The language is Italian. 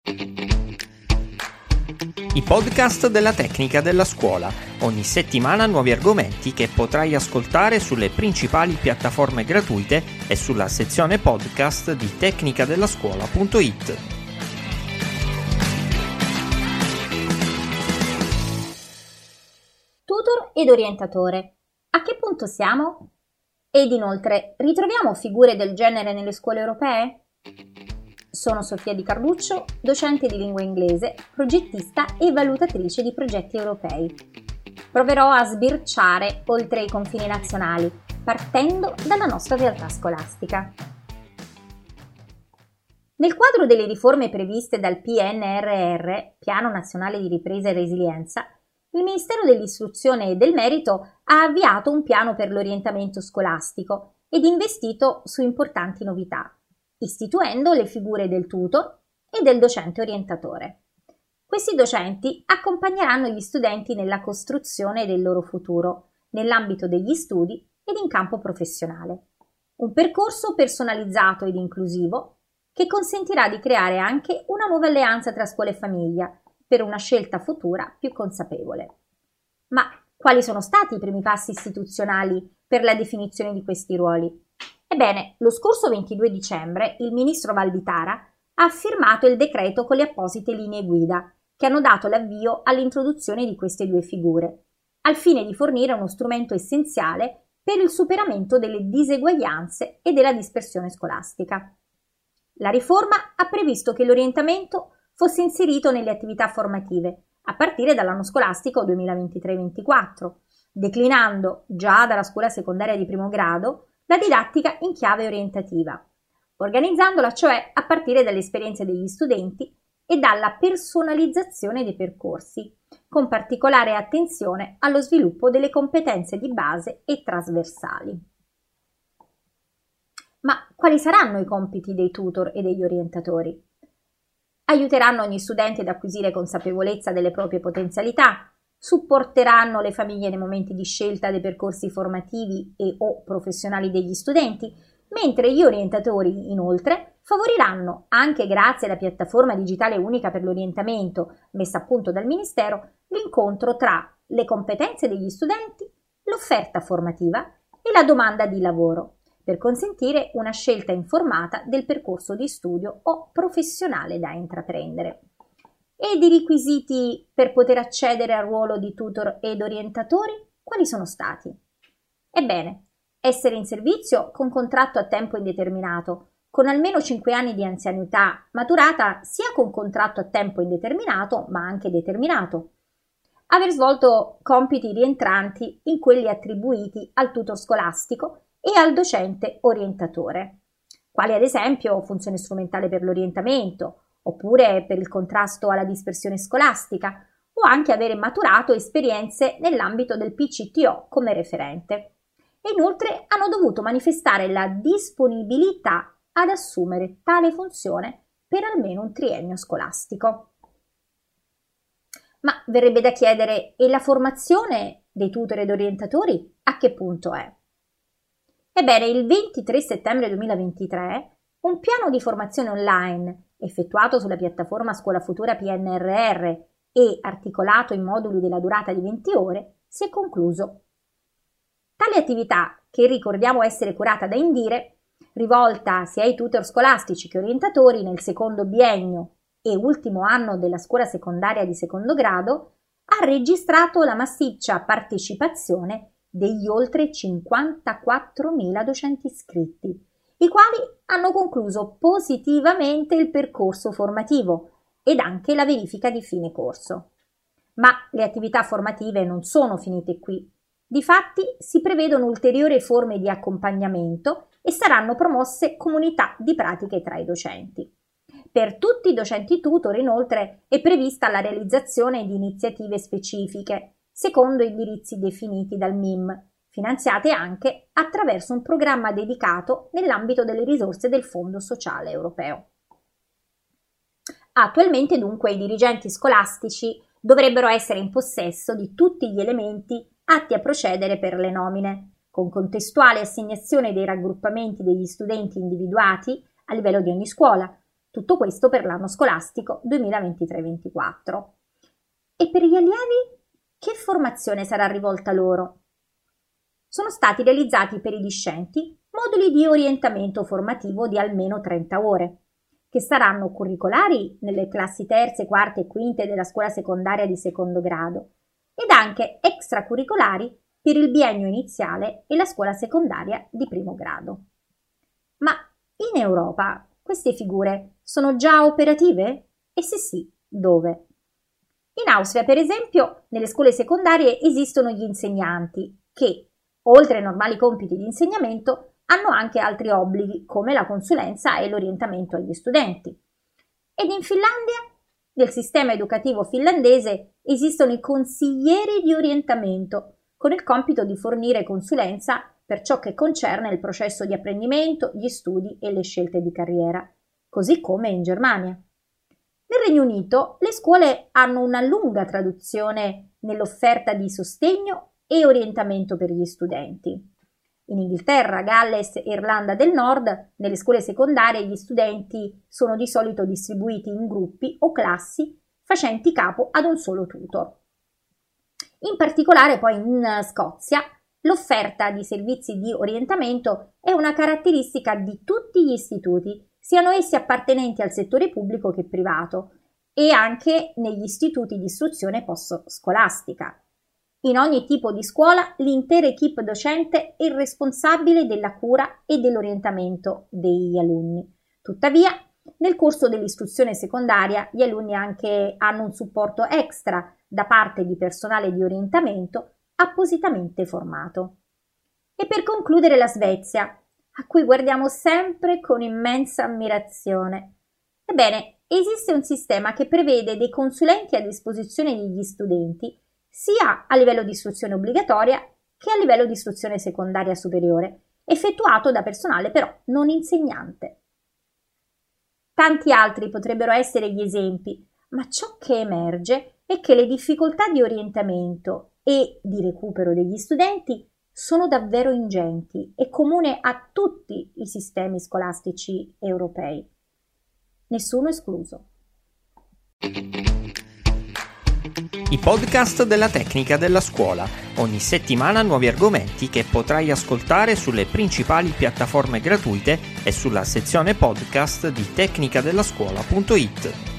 I podcast della Tecnica della Scuola. Ogni settimana nuovi argomenti che potrai ascoltare sulle principali piattaforme gratuite e sulla sezione podcast di tecnicadellascuola.it. Tutor ed orientatore. A che punto siamo? Ed inoltre, ritroviamo figure del genere nelle scuole europee? Sono Sofia Di Carluccio, docente di lingua inglese, progettista e valutatrice di progetti europei. Proverò a sbirciare oltre i confini nazionali, partendo dalla nostra realtà scolastica. Nel quadro delle riforme previste dal PNRR, Piano Nazionale di Ripresa e Resilienza, il Ministero dell'Istruzione e del Merito ha avviato un piano per l'orientamento scolastico ed investito su importanti novità, istituendo le figure del tutor e del docente orientatore. Questi docenti accompagneranno gli studenti nella costruzione del loro futuro, nell'ambito degli studi ed in campo professionale. Un percorso personalizzato ed inclusivo che consentirà di creare anche una nuova alleanza tra scuola e famiglia per una scelta futura più consapevole. Ma quali sono stati i primi passi istituzionali per la definizione di questi ruoli? Ebbene, lo scorso 22 dicembre il ministro Valditara ha firmato il decreto con le apposite linee guida che hanno dato l'avvio all'introduzione di queste due figure, al fine di fornire uno strumento essenziale per il superamento delle diseguaglianze e della dispersione scolastica. La riforma ha previsto che l'orientamento fosse inserito nelle attività formative a partire dall'anno scolastico 2023-24, declinando già dalla scuola secondaria di primo grado la didattica in chiave orientativa, organizzandola cioè a partire dalle esperienze degli studenti e dalla personalizzazione dei percorsi, con particolare attenzione allo sviluppo delle competenze di base e trasversali. Ma quali saranno i compiti dei tutor e degli orientatori? Aiuteranno ogni studente ad acquisire consapevolezza delle proprie potenzialità, supporteranno le famiglie nei momenti di scelta dei percorsi formativi e o professionali degli studenti, mentre gli orientatori, inoltre, favoriranno, anche grazie alla piattaforma digitale unica per l'orientamento messa a punto dal Ministero, l'incontro tra le competenze degli studenti, l'offerta formativa e la domanda di lavoro, per consentire una scelta informata del percorso di studio o professionale da intraprendere. Ed i requisiti per poter accedere al ruolo di tutor ed orientatori quali sono stati? Ebbene, essere in servizio con contratto a tempo indeterminato, con almeno 5 anni di anzianità maturata sia con contratto a tempo indeterminato ma anche determinato, aver svolto compiti rientranti in quelli attribuiti al tutor scolastico e al docente orientatore, quali ad esempio funzione strumentale per l'orientamento, oppure per il contrasto alla dispersione scolastica, o anche avere maturato esperienze nell'ambito del PCTO come referente. E inoltre hanno dovuto manifestare la disponibilità ad assumere tale funzione per almeno un triennio scolastico. Ma verrebbe da chiedere, e la formazione dei tutor ed orientatori a che punto è? Ebbene, il 23 settembre 2023 un piano di formazione online effettuato sulla piattaforma Scuola Futura PNRR e articolato in moduli della durata di 20 ore, si è concluso. Tale attività, che ricordiamo essere curata da Indire, rivolta sia ai tutor scolastici che orientatori nel secondo biennio e ultimo anno della scuola secondaria di secondo grado, ha registrato la massiccia partecipazione degli oltre 54.000 docenti iscritti, i quali hanno concluso positivamente il percorso formativo ed anche la verifica di fine corso. Ma le attività formative non sono finite qui. Difatti si prevedono ulteriori forme di accompagnamento e saranno promosse comunità di pratiche tra i docenti. Per tutti i docenti tutor, inoltre, è prevista la realizzazione di iniziative specifiche, secondo indirizzi definiti dal MIM, finanziate anche attraverso un programma dedicato nell'ambito delle risorse del Fondo Sociale Europeo. Attualmente, dunque, i dirigenti scolastici dovrebbero essere in possesso di tutti gli elementi atti a procedere per le nomine, con contestuale assegnazione dei raggruppamenti degli studenti individuati a livello di ogni scuola, Tutto questo per l'anno scolastico 2023-24. E per gli allievi, che formazione sarà rivolta loro? Sono stati realizzati per i discenti moduli di orientamento formativo di almeno 30 ore, che saranno curricolari nelle classi terze, quarte e quinte della scuola secondaria di secondo grado ed anche extracurricolari per il biennio iniziale e la scuola secondaria di primo grado. Ma in Europa queste figure sono già operative? E se sì, dove? In Austria, per esempio, nelle scuole secondarie esistono gli insegnanti che, oltre ai normali compiti di insegnamento, hanno anche altri obblighi come la consulenza e l'orientamento agli studenti. Ed in Finlandia, nel sistema educativo finlandese, esistono i consiglieri di orientamento con il compito di fornire consulenza per ciò che concerne il processo di apprendimento, gli studi e le scelte di carriera, così come in Germania. Nel Regno Unito le scuole hanno una lunga traduzione nell'offerta di sostegno e orientamento per gli studenti. In Inghilterra, Galles e Irlanda del Nord, nelle scuole secondarie gli studenti sono di solito distribuiti in gruppi o classi facenti capo ad un solo tutor. In particolare poi in Scozia l'offerta di servizi di orientamento è una caratteristica di tutti gli istituti, siano essi appartenenti al settore pubblico che privato, e anche negli istituti di istruzione post-scolastica. In ogni tipo di scuola l'intera equipe docente è responsabile della cura e dell'orientamento degli alunni. Tuttavia, nel corso dell'istruzione secondaria gli alunni anche hanno un supporto extra da parte di personale di orientamento appositamente formato. E per concludere la Svezia, a cui guardiamo sempre con immensa ammirazione. Ebbene, esiste un sistema che prevede dei consulenti a disposizione degli studenti sia a livello di istruzione obbligatoria che a livello di istruzione secondaria superiore, effettuato da personale però non insegnante. Tanti altri potrebbero essere gli esempi, ma ciò che emerge è che le difficoltà di orientamento e di recupero degli studenti sono davvero ingenti e comune a tutti i sistemi scolastici europei. Nessuno escluso. I podcast della Tecnica della Scuola. Ogni settimana nuovi argomenti che potrai ascoltare sulle principali piattaforme gratuite e sulla sezione podcast di tecnicadellascuola.it.